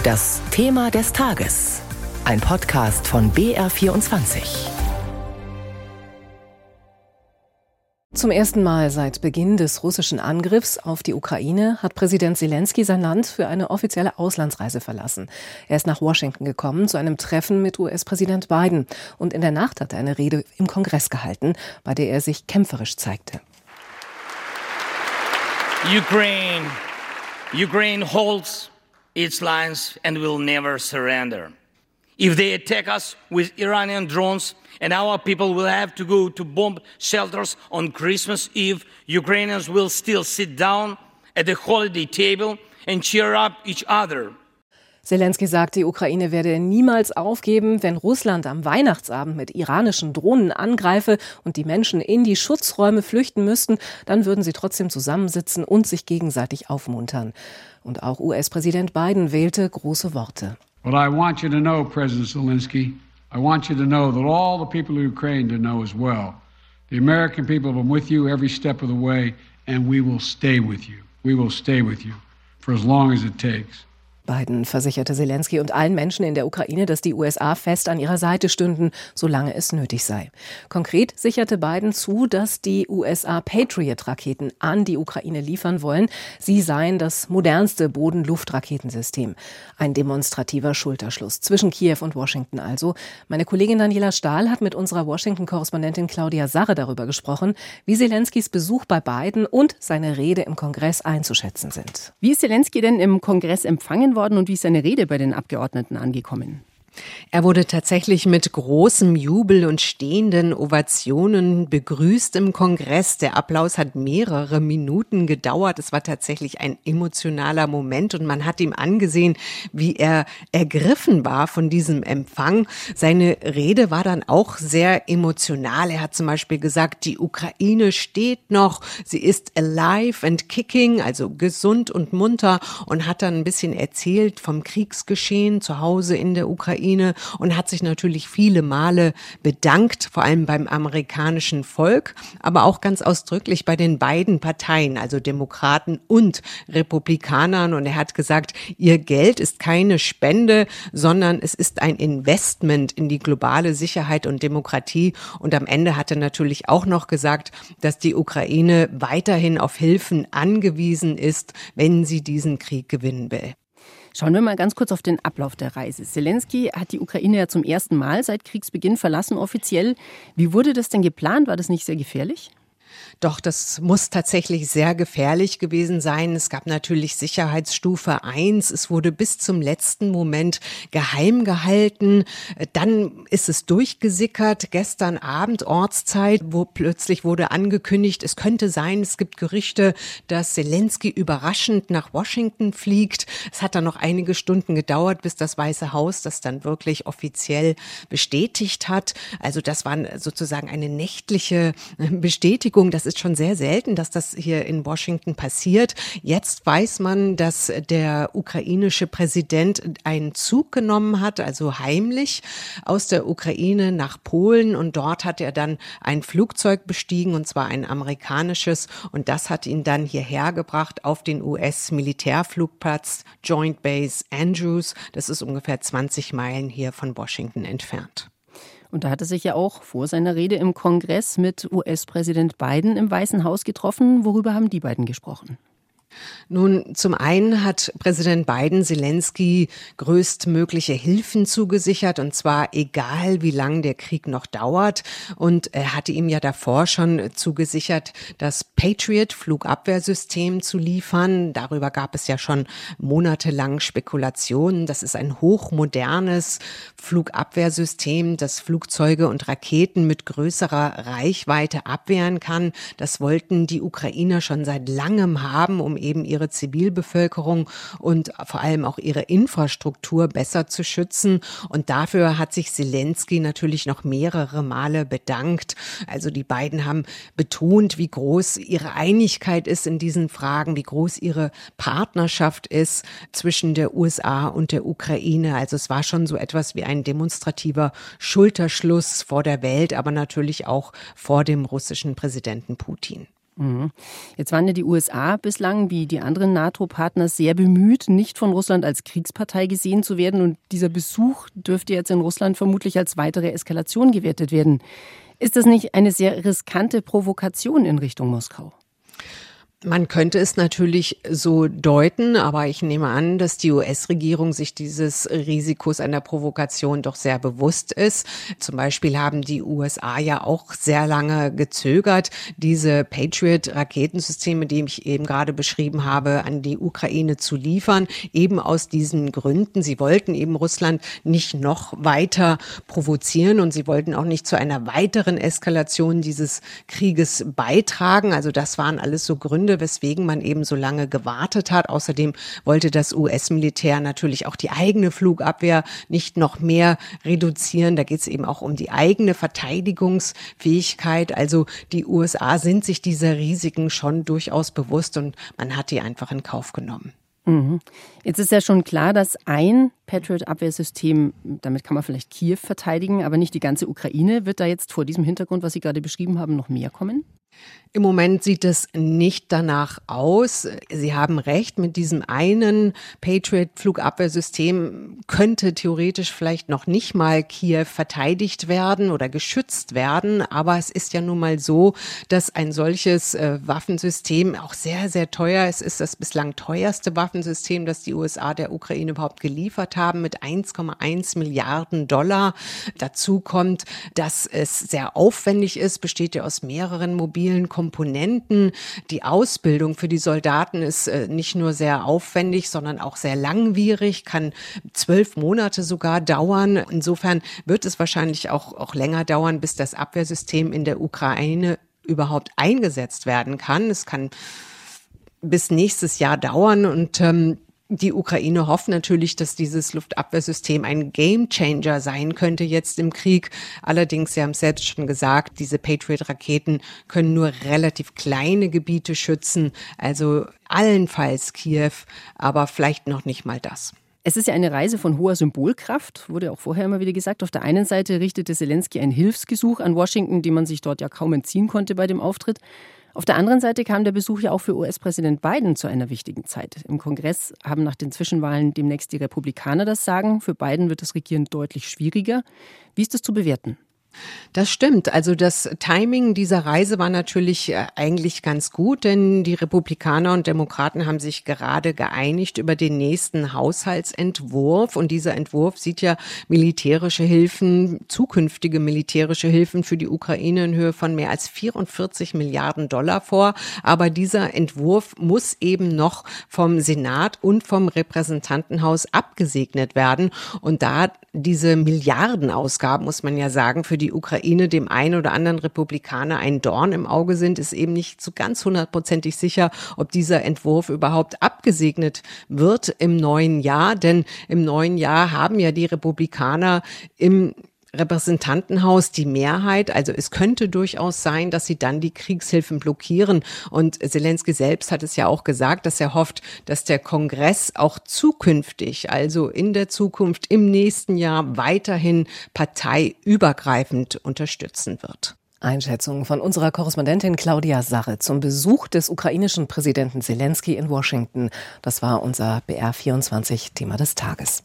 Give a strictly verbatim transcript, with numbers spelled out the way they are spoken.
Das Thema des Tages. Ein Podcast von B R vierundzwanzig. Zum ersten Mal seit Beginn des russischen Angriffs auf die Ukraine hat Präsident Selenskyj sein Land für eine offizielle Auslandsreise verlassen. Er ist nach Washington gekommen zu einem Treffen mit U S-Präsident Biden. Und in der Nacht hat er eine Rede im Kongress gehalten, bei der er sich kämpferisch zeigte. Ukraine, Ukraine holds its lines and will never surrender. If they attack us with Iranian drones and our people will have to go to bomb shelters on Christmas Eve, Ukrainians will still sit down at the holiday table and cheer up each other. Selenskyj sagt, die Ukraine werde niemals aufgeben, wenn Russland am Weihnachtsabend mit iranischen Drohnen angreife und die Menschen in die Schutzräume flüchten müssten, dann würden sie trotzdem zusammensitzen und sich gegenseitig aufmuntern. Und auch U S-Präsident Biden wählte große Worte. But I want you to know, President Zelensky, I want you to know that all the people of Ukraine to know as well. The American people have been with you every step of the way, and we will stay with you. We will stay with you for as long as it takes. Biden versicherte Selenskyj und allen Menschen in der Ukraine, dass die U S A fest an ihrer Seite stünden, solange es nötig sei. Konkret sicherte Biden zu, dass die U S A Patriot-Raketen an die Ukraine liefern wollen. Sie seien das modernste Boden-Luft-Raketensystem. Ein demonstrativer Schulterschluss zwischen Kiew und Washington also. Meine Kollegin Daniela Stahl hat mit unserer Washington-Korrespondentin Claudia Sarre darüber gesprochen, wie Selenskyjs Besuch bei Biden und seine Rede im Kongress einzuschätzen sind. Wie ist Selenskyj denn im Kongress empfangen worden und wie ist seine Rede bei den Abgeordneten angekommen? Er wurde tatsächlich mit großem Jubel und stehenden Ovationen begrüßt im Kongress. Der Applaus hat mehrere Minuten gedauert. Es war tatsächlich ein emotionaler Moment und man hat ihm angesehen, wie er ergriffen war von diesem Empfang. Seine Rede war dann auch sehr emotional. Er hat zum Beispiel gesagt, die Ukraine steht noch, sie ist alive and kicking, also gesund und munter, und hat dann ein bisschen erzählt vom Kriegsgeschehen zu Hause in der Ukraine und hat sich natürlich viele Male bedankt, vor allem beim amerikanischen Volk, aber auch ganz ausdrücklich bei den beiden Parteien, also Demokraten und Republikanern. Und er hat gesagt, ihr Geld ist keine Spende, sondern es ist ein Investment in die globale Sicherheit und Demokratie. Und am Ende hat er natürlich auch noch gesagt, dass die Ukraine weiterhin auf Hilfen angewiesen ist, wenn sie diesen Krieg gewinnen will. Schauen wir mal ganz kurz auf den Ablauf der Reise. Selenskyj hat die Ukraine ja zum ersten Mal seit Kriegsbeginn verlassen, offiziell. Wie wurde das denn geplant? War das nicht sehr gefährlich? Doch, das muss tatsächlich sehr gefährlich gewesen sein. Es gab natürlich Sicherheitsstufe eins. Es wurde bis zum letzten Moment geheim gehalten. Dann ist es durchgesickert. Gestern Abend Ortszeit, wo plötzlich wurde angekündigt, es könnte sein, es gibt Gerüchte, dass Selenskyj überraschend nach Washington fliegt. Es hat dann noch einige Stunden gedauert, bis das Weiße Haus das dann wirklich offiziell bestätigt hat. Also das war sozusagen eine nächtliche Bestätigung. Das ist schon sehr selten, dass das hier in Washington passiert. Jetzt weiß man, dass der ukrainische Präsident einen Zug genommen hat, also heimlich aus der Ukraine nach Polen, und dort hat er dann ein Flugzeug bestiegen, und zwar ein amerikanisches, und das hat ihn dann hierher gebracht auf den U S-Militärflugplatz Joint Base Andrews. Das ist ungefähr zwanzig Meilen hier von Washington entfernt. Und da hat er sich ja auch vor seiner Rede im Kongress mit U S-Präsident Biden im Weißen Haus getroffen. Worüber haben die beiden gesprochen? Nun, zum einen hat Präsident Biden Selenskyj größtmögliche Hilfen zugesichert, und zwar egal, wie lang der Krieg noch dauert. Und er hatte ihm ja davor schon zugesichert, das Patriot-Flugabwehrsystem zu liefern. Darüber gab es ja schon monatelang Spekulationen. Das ist ein hochmodernes Flugabwehrsystem, das Flugzeuge und Raketen mit größerer Reichweite abwehren kann. Das wollten die Ukrainer schon seit langem haben, um eben ihre Zivilbevölkerung und vor allem auch ihre Infrastruktur besser zu schützen. Und dafür hat sich Selenskyj natürlich noch mehrere Male bedankt. Also die beiden haben betont, wie groß ihre Einigkeit ist in diesen Fragen, wie groß ihre Partnerschaft ist zwischen der U S A und der Ukraine. Also es war schon so etwas wie ein demonstrativer Schulterschluss vor der Welt, aber natürlich auch vor dem russischen Präsidenten Putin. Mhm. Jetzt waren ja die U S A bislang, wie die anderen NATO-Partner, sehr bemüht, nicht von Russland als Kriegspartei gesehen zu werden. Und dieser Besuch dürfte jetzt in Russland vermutlich als weitere Eskalation gewertet werden. Ist das nicht eine sehr riskante Provokation in Richtung Moskau? Man könnte es natürlich so deuten, aber ich nehme an, dass die U S-Regierung sich dieses Risikos einer Provokation doch sehr bewusst ist. Zum Beispiel haben die U S A ja auch sehr lange gezögert, diese Patriot-Raketensysteme, die ich eben gerade beschrieben habe, an die Ukraine zu liefern, eben aus diesen Gründen. Sie wollten eben Russland nicht noch weiter provozieren und sie wollten auch nicht zu einer weiteren Eskalation dieses Krieges beitragen. Also das waren alles so Gründe, weswegen man eben so lange gewartet hat. Außerdem wollte das U S-Militär natürlich auch die eigene Flugabwehr nicht noch mehr reduzieren. Da geht es eben auch um die eigene Verteidigungsfähigkeit. Also die U S A sind sich dieser Risiken schon durchaus bewusst und man hat die einfach in Kauf genommen. Mhm. Jetzt ist ja schon klar, dass ein Patriot-Abwehrsystem, damit kann man vielleicht Kiew verteidigen, aber nicht die ganze Ukraine. Wird da jetzt vor diesem Hintergrund, was Sie gerade beschrieben haben, noch mehr kommen? Im Moment sieht es nicht danach aus. Sie haben recht, mit diesem einen Patriot-Flugabwehrsystem könnte theoretisch vielleicht noch nicht mal Kiew verteidigt werden oder geschützt werden. Aber es ist ja nun mal so, dass ein solches äh, Waffensystem auch sehr, sehr teuer ist. Es ist das bislang teuerste Waffensystem, das die U S A der Ukraine überhaupt geliefert haben, mit eins Komma eins Milliarden Dollar. Dazu kommt, dass es sehr aufwendig ist, besteht ja aus mehreren mobilen Komponenten. Die Ausbildung für die Soldaten ist äh, nicht nur sehr aufwendig, sondern auch sehr langwierig, kann zwölf Monate sogar dauern. Insofern wird es wahrscheinlich auch, auch länger dauern, bis das Abwehrsystem in der Ukraine überhaupt eingesetzt werden kann. Es kann bis nächstes Jahr dauern und ähm, die Ukraine hofft natürlich, dass dieses Luftabwehrsystem ein Gamechanger sein könnte jetzt im Krieg. Allerdings, Sie haben es selbst schon gesagt, diese Patriot-Raketen können nur relativ kleine Gebiete schützen, also allenfalls Kiew, aber vielleicht noch nicht mal das. Es ist ja eine Reise von hoher Symbolkraft, wurde auch vorher immer wieder gesagt. Auf der einen Seite richtete Zelensky ein Hilfsgesuch an Washington, dem man sich dort ja kaum entziehen konnte bei dem Auftritt. Auf der anderen Seite kam der Besuch ja auch für U S-Präsident Biden zu einer wichtigen Zeit. Im Kongress haben nach den Zwischenwahlen demnächst die Republikaner das Sagen. Für Biden wird das Regieren deutlich schwieriger. Wie ist das zu bewerten? Das stimmt. Also das Timing dieser Reise war natürlich eigentlich ganz gut, denn die Republikaner und Demokraten haben sich gerade geeinigt über den nächsten Haushaltsentwurf. Und dieser Entwurf sieht ja militärische Hilfen, zukünftige militärische Hilfen für die Ukraine in Höhe von mehr als vierundvierzig Milliarden Dollar vor. Aber dieser Entwurf muss eben noch vom Senat und vom Repräsentantenhaus abgesegnet werden. Und da diese Milliardenausgaben, muss man ja sagen, für die die Ukraine dem einen oder anderen Republikaner ein Dorn im Auge sind, ist eben nicht so ganz hundertprozentig sicher, ob dieser Entwurf überhaupt abgesegnet wird im neuen Jahr. Denn im neuen Jahr haben ja die Republikaner im Repräsentantenhaus die Mehrheit. Also es könnte durchaus sein, dass sie dann die Kriegshilfen blockieren. Und Zelensky selbst hat es ja auch gesagt, dass er hofft, dass der Kongress auch zukünftig, also in der Zukunft, im nächsten Jahr weiterhin parteiübergreifend unterstützen wird. Einschätzung von unserer Korrespondentin Claudia Sarre zum Besuch des ukrainischen Präsidenten Zelensky in Washington. Das war unser B R vierundzwanzig Thema des Tages.